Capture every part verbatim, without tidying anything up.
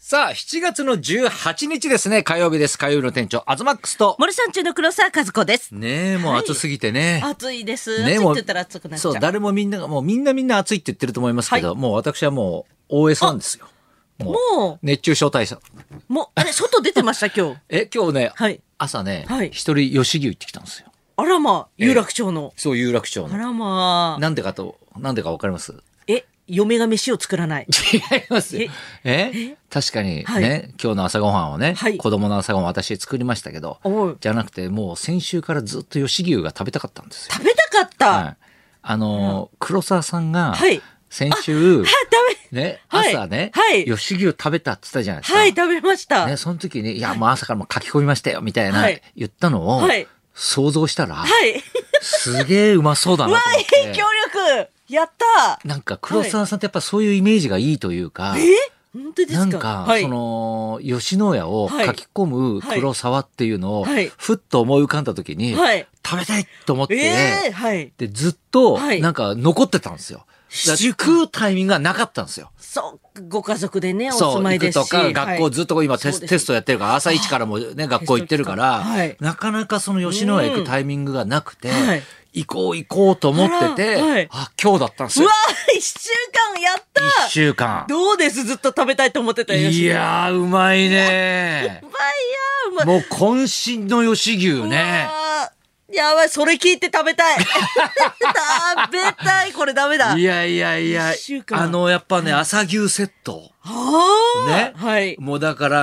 さあ、しちがつのじゅうはちにちですね。火曜日です。火曜日の店長、アズマックスと。 森さん中の黒沢和子です。 ねえ、もう暑すぎてね。 はい、暑いです。 ね、 暑いって言ったら暑くなっちゃう。 そう、誰もみんなが、もうみんなみんな暑いって言ってると思いますけど、はい、もう私はもう オーエス なんですよ。もう、もう熱中症対策。 もう、あれ、外出てました今日。 え、今日ね、 はい、 朝ね、 はい、 一人吉牛行ってきたんですよ。 あらまあ、有楽町の。 えー、そう、有楽町の。 あらまあ。 なんでかと、なんでかわかります？ え、嫁が飯を作らない。 違いますよ。ええ確かにね、はい、今日の朝ごはんをね、はい、子供の朝ごはん私作りましたけど、じゃなくてもう先週からずっと吉牛が食べたかったんですよ。 食べたかった、はい、 あの、うん、黒沢さんが先週、ね、朝ね、はい、吉牛食べたって言ったじゃないですか。 はい、食べました。 ね、その時に、いや、もう朝からもう書き込みましたよ、みたいな言ったのを想像したら、はい、すげえうまそうだなと思って。 うわ、協力やったなんか黒沢さんってやっぱそういうイメージがいいというか、 え本当ですか？ なんか、はい、その吉野家を書き込む黒沢っていうのを、はい、ふっと思い浮かんだ時に、はい、食べたいと思って、えーはい、でずっとなんか残ってたんですよ。食うタイミングがなかったんですよ。 そう、ご家族でね、お住まいですし。 そう、行くとか、学校ずっと今テス、はい、テストやってるから、朝一からもね、学校行ってるから、はい、なかなかその吉野家行くタイミングがなくて、はい、行こう行こうと思ってて、あ、はい、あ、今日だったんですよ。 うわー、一週間やった一週間。 どうです？ずっと食べたいと思ってたよ。 いやー、うまいね。 うまいやー、うまい。 もう渾身の吉牛ね。 やばい、それ聞いて食べたい。食べたい、これダメだ。 いやいやいや、あの、やっぱね、朝牛セット。ね。 はい。 もうだから、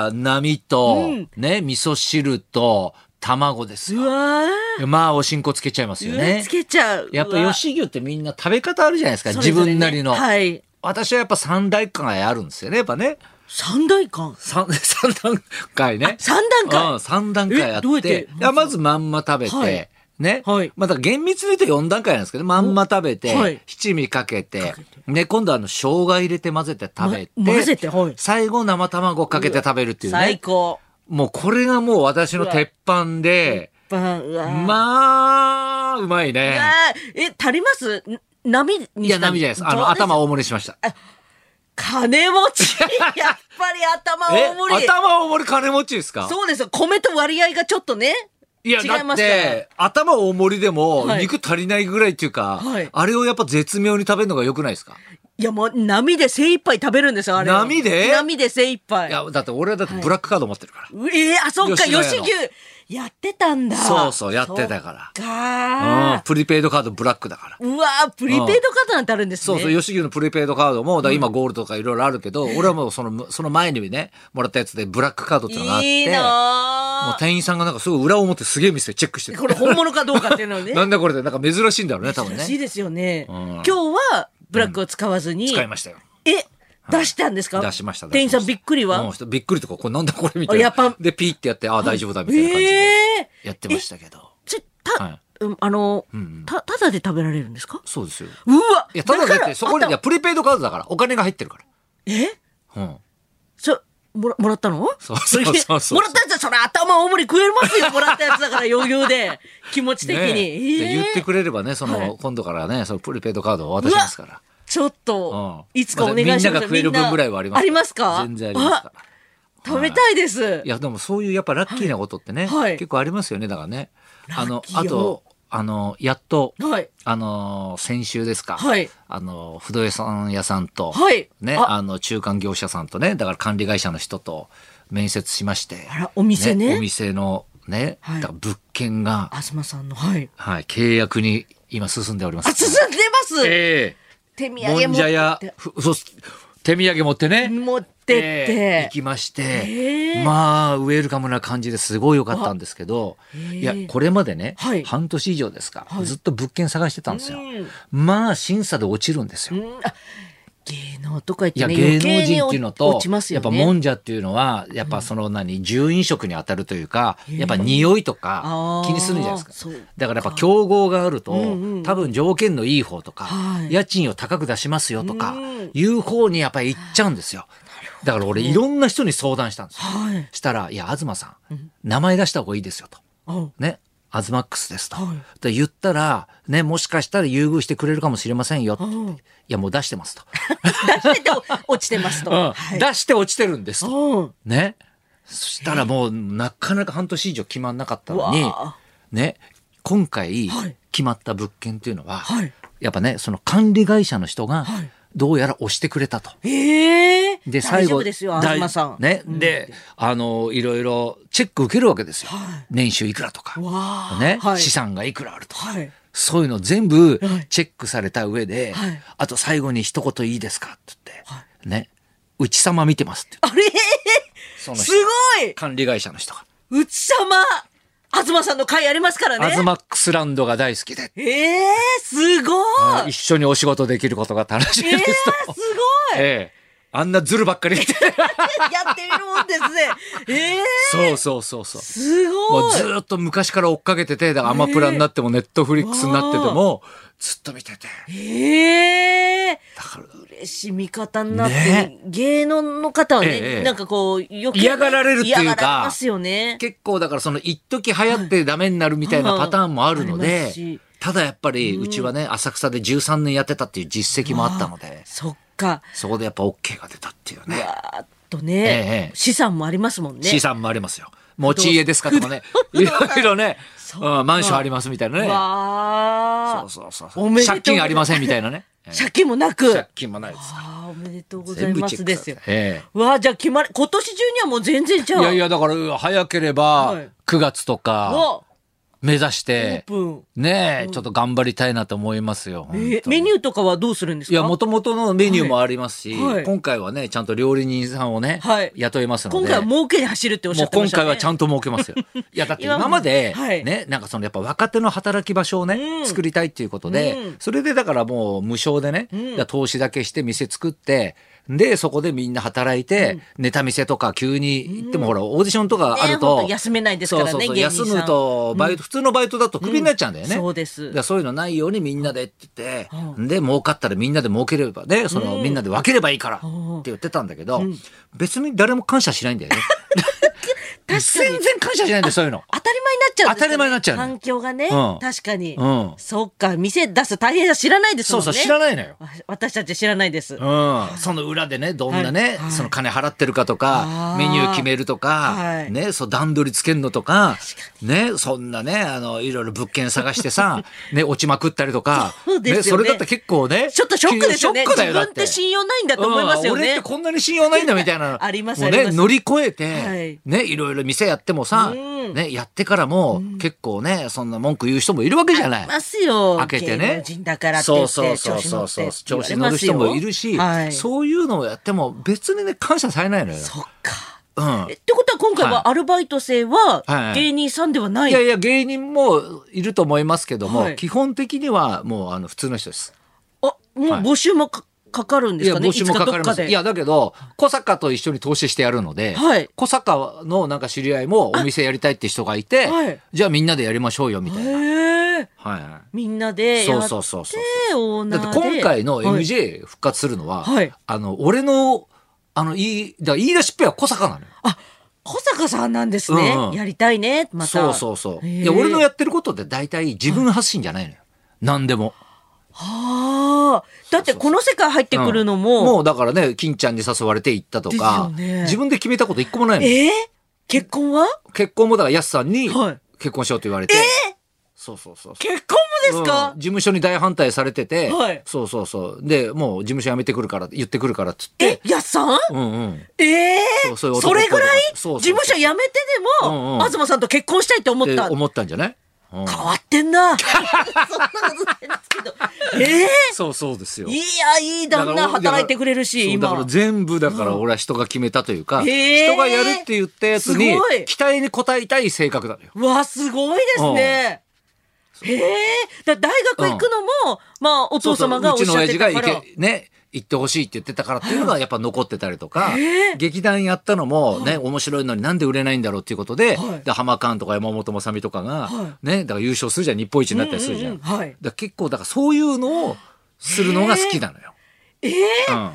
並と、うん、ね、味噌汁と、卵ですよ。うわまあ、おしんこつけちゃいますよね。 つけちゃう。 やっぱ吉牛ってみんな食べ方あるじゃないですか。自分なりの。はい。私はやっぱ三大会あるんですよね、やっぱね。 三大間三、三段階ね。 三段階、 うん、三段階あって。いや、まずまんま食べて、はい、ね。はい。また厳密に言うと四段階なんですけど、まんま食べて、はい、七味かけて、ね、今度はあの、生姜入れて混ぜて食べて、 ま、混ぜて、はい。 最後生卵かけて食べるっていうね。 最高。 もうこれがもう私の鉄板で、鉄板、うわまあ、うまいね。 え、足ります？波にいや、波じゃないです。あの、頭大盛りしました。 金持ちやっぱり頭大盛り。 頭大盛り金持ちですか？ そうですよ。米と割合がちょっとね。 いや、違いますから。だって、頭大盛りでも肉足りないぐらいっていうか、はい、あれをやっぱ絶妙に食べるのが良くないですか？ いや、もう波で精一杯食べるんですよ、あれ。 波で波で精一杯。 いや、だって俺はだってブラックカード持ってるから。 はい、ええー、あ、そっか、吉牛。やってたんだ。 そうそう、やってたから。 かうん、プリペイドカードブラックだから。 うわー、プリペイドカードなんてあるんですね。 そうそう、吉牛のプリペイドカードも、だ今ゴールドとかいろいろあるけど、うん、俺はもうその、その前にね、もらったやつでブラックカードっていうのがあって。いいなもう店員さんがなんかすごい裏表すげえ見せてチェックしてる。 これ本物かどうかっていうのをね。 なんだこれで、なんか珍しいんだろうね、多分ね。 珍しいですよね。うん、今日はブラックを使わずに。 うん、使いましたよ。 え出したんですか？ 出しました。 店員さんびっくりは、 うん、びっくりとか、これなんだこれみたいな。で、ピーってやって、ああ、大丈夫だみたいな感じでやってましたけど。 ちた、はい、あの、うん、た、ただで食べられるんですか？ そうですよ。 うわいや、ただでって、そこに、いや、プリペイドカードだから、お金が入ってるから。 えうん。 そ、もら、もらったの？ そうそうそうそう。 もらったやつは、それ頭大盛り食えますよ、もらったやつだから余裕で。気持ち的に。ねえー、言ってくれればね、その、はい、今度からね、そのプリペイドカードを渡しますから。 ちょっと、うん、いつかお願いします。 みんなが食える分ぐらいはあります。 ありますか？ 全然ありますから。 食べたいです。 いや、でもそういうやっぱラッキーなことってね、はい、結構ありますよね。だからね。あの、あと、あの、やっと、はい、あの、先週ですか。はい、あの、不動産屋さんと、はい、ね、あ、あの、中間業者さんとね、だから管理会社の人と面接しまして。 あら、お店ね。 ねお店のね、はい、だから物件が、 東さんの、はい。 はい、契約に今進んでおります。 あ、進んでます。 ええー手土産持ってやそう手土産持ってね持ってって、 えー、行きまして、えー、まあウェルカムな感じですごい良かったんですけど、えー、いやこれまでね、はい、半年以上ですか、はい、ずっと物件探してたんですよ、うん、まあ審査で落ちるんですよ、うん、 芸能とか言ってね、 いや芸能人っていうのと、 ね、 やっぱもんじゃっていうのはやっぱその何、うん、住飲食に当たるというか、やっぱ匂いとか気にするんじゃないですか。だからやっぱ競合があると、うんうん、多分条件のいい方とか、はい、家賃を高く出しますよとか、うん、いう方にやっぱり行っちゃうんですよ。だから俺いろんな人に相談したんですよ、はい、したらいや東さん、うん、名前出した方がいいですよと、ね、 アズマックスですと、 はいで言ったら、ね、もしかしたら優遇してくれるかもしれませんよって、 うんいやもう出してますと、 出してて落ちてますと。 うんはい出して落ちてるんですと、 うんね、そしたらもうなかなか半年以上決まんなかったのにうわ、 ね、今回はい決まった物件っていうのは、 はいやっぱねその管理会社の人がはいどうやら押してくれたと。 ええで大丈夫ですよ、 大東さん。 ね、 うんであのいろいろチェック受けるわけですよ、 はい年収いくらとか、 わあねはい資産がいくらあるとか、 はい。 そういうの全部はいチェックされた上で、 はいあと最後に一言いいですかって言って、 はね内様見てますってあれその人すごい管理会社の人が、 内様東さんの会ありますからね。 アズマックスランドが大好きで、 ええすごい一緒にお仕事できることが楽しいええですと、 すごいええあんなズルばっかり言ってやってみるもんですね。ええそうそうそうそうすもごいうずーっと昔から追っかけてて、だからアマプラになってもネットフリックスになっててもずっと見てて、 ええだから嬉しい味方になって、 ね芸能の方はね、 ええなんかこう余計嫌がられるっていうか嫌がられますよね。 結構だからその一時流行ってダメになるみたいなパターンもあるのはいありまですし、 ただやっぱりうちはね浅草でじゅうさんねんやってたっていう実績もあったので、 そっか。 そこでやっぱ OK が出たっていううね、 わーっとね、 ええ資産もありますもんね。 資産もありますよ、持ち家ですかとかね、いろいろね、 そううんマンションありますみたいなね、 わーそうそうそうおめでとう借金ありませんみたいなね、ええ借金もなく。 借金もないですからあーおめでとうございますですよ。 えうわーじゃあ決まり、今年中にはもう全然ちゃう。 えいやいやだから早ければはいくがつとかわ目指しオーてプン。 ねえちょっと頑張りたいなと思いますよ。 えー本当にメニューとかはどうするんですか？ いやもともとのメニューもありますし、 はいはい今回はねちゃんと料理人さんをね、 はい雇いますので、 今回は儲けに走るっておっしゃもうってましたね。 今回はちゃんと儲けますよ。いやだって今まではいねなんかそのやっぱ若手の働き場所をね、 うん作りたいっていうことで、 うんそれでだからもう無償でね、 んだから投資だけして店作ってでそこでみんな働いて、ネタ見せとか急に行っても、ほらオーディションとかあるねと、 本当休めないですからねそうそうそう芸人さん休むとバイト、普通のバイトだとクビになっちゃうんだよね。 そうですだからそういうのないようにみんなでって言って、 うで儲かったらみんなで儲ければねその、みんなで分ければいいからってうん言ってたんだけど、別に誰も感謝しないんだよね。全然感謝しないんだよそういうの。 当たり前になっちゃうんですよね。 当たり前になっちゃうの環境がね、 うん確かに、 うんそっか、店出す大変さ知らないですもんね。 そうそう知らないのよ。 わ私たち知らないです。 うん、その裏でねどんなね、 はいはいその金払ってるかとかあーメニュー決めるとか、 はいねそう段取りつけるのとかねそんなねあのいろいろ物件探してさね落ちまくったりとかそうですよねそれだって結構ねちょっとショックですよね。 ショックだよだっ自分ってて信用ないんだと思いますよね。 うん俺ってこんなに信用ないんだみたいなありますもうありますね乗り越えて、 はいねいろいろ店やってもさ、 うんねやってからも、結構ねそんな文句言う人もいるわけじゃない。 いますよ。 開けてね芸能人だからって言ってそうそうそうそう調子調子乗乗る人ってって言われますよもいるし、 はい、 そういうのをやっても別にね感謝されないのよ。 そっか。 うんえってことは今回はアルバイト生ははい芸人さんではない。 いやいや芸人もいると思いますけども、 はい基本的にはもうあの普通の人です。 あ、もう募集もか,、かかるんでいやすかね。 募集もかかりいつかどっかで。 ます。いやだけど小坂と一緒に投資してやるので、 はい小坂のなんか知り合いもお店やりたいって人がいて、 はいじゃあみんなでやりましょうよみたいな。 へえ。 はいはみんなでい。 やってそうそうそうそう。 オーナーで。 だって今回のはいエムジェー 復活するのは、 はいあの俺のあの言いだから言い出しっぺは小坂なのよ。 あ、小坂さんなんですね。 うんうんやりたいね。また。 そうそうそう。 へえいや俺のやってることって大体自分発信じゃないのよ。何でも。 はあ。だってこの世界入ってくるのも。 もうだからね金ちゃんに誘われて行ったとか、 ですよね自分で決めたこと一個もないの。 えー、結婚は結婚もだからやすさんにはい結婚しようと言われて、そうそうそうそう。 結婚もですか、 うん事務所に大反対されてて、 はいそうそうそうでもう事務所辞めてくるから言ってくるからっつってえ、やっさんうんうんええー、 そうそういう男それぐらいそうそうそう事務所辞めてでも、 うんうん東さんと結婚したいと思った。 って思ったんじゃない、うん変わってんな。そんなことないですけど。ええそうそうですよー、いや、いい旦那だから働いてくれるし、今。 そうだから全部だから俺は人が決めたというか、 へー人がやるって言ったやつにすごい期待に応えたい性格なのよ。 うわ、すごいですね。へえ。だ大学行くのも、まあ、お父様がおっしゃってたから。 そうそううちの親父が行けね行ってほしいって言ってたからっていうのがやっぱ残ってたりとか、 へー劇団やったのもね、面白いのになんで売れないんだろうっていうことで、 はいで浜カーンとか山本まさみとかが、 はねだから優勝するじゃん日本一になったりするじゃん。 うんうんうんはいだから結構だからそういうのをするのが好きなのよ。 ええうん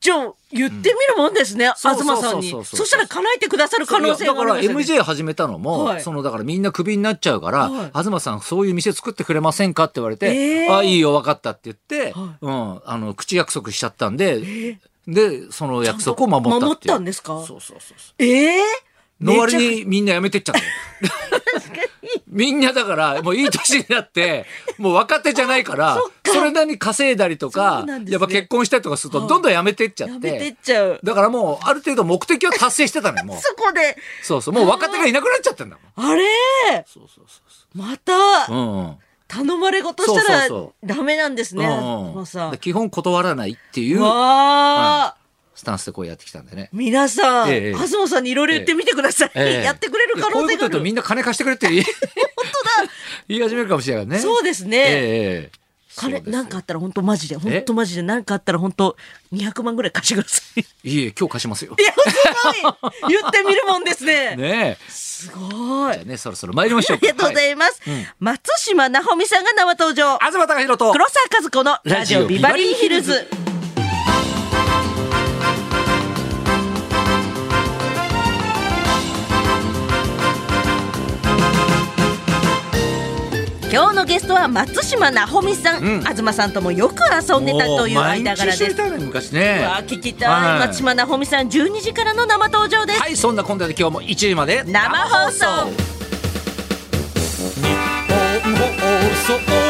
じゃあ言ってみるもんですね、うん、東さんに。そしたら叶えてくださる可能性があるんですよね。 だから エムジェー 始めたのも、はい、そのだからみんなクビになっちゃうから、はい、東さんそういう店作ってくれませんかって言われて、えー、あいいよ分かったって言って、はい、うん、あの口約束しちゃったんで、えー、でその約束を守ったっていう。 守ったんですか。 そうそうそうそう。 えーの割にみんなやめてっちゃったよみんなだからもういい年になってもう若手じゃないからそれなりに稼いだりとか、ね、やっぱ結婚したりとかするとどんどんやめてっちゃって、やめてっちゃう。だからもうある程度目的を達成してたのよもうそこでそうそうもう若手がいなくなっちゃってんだもん。 あれそうそうそうそうまた、 うんうん、 頼まれ事したらダメなんですね。 うんうん、さ基本断らないっていうわー、 はいスタンスでこうやってきたんでね。 皆さん、ええ、東さんにいろいろ言ってみてください、ええ、やってくれる可能性がある。 こういうこと言うとみんな金貸してくれって言い本当だ言い始めるかもしれないね。 そうですね、 ええ、 金なんかあったら本当マジで本当マジでなんかあったら本当にひゃくまんぐらい貸してください。 いえ今日貸しますよ。 いやすごい言ってみるもんですね。 ねえすごい。 じゃあねそろそろ参りましょうか。 ありがとうございます、はいうん、松島なほみさんが生登場。 東貴博と黒沢和子のラジオビバリーヒルズ。今日のゲストは松島なほみさん、うん、東さんともよく遊んでたという間柄です。 昔ね。 わ聞きたい、はい、松島なほみさんじゅうにじからの生登場です。 はいそんな今度で今日もいちじまで生放送。 日本放送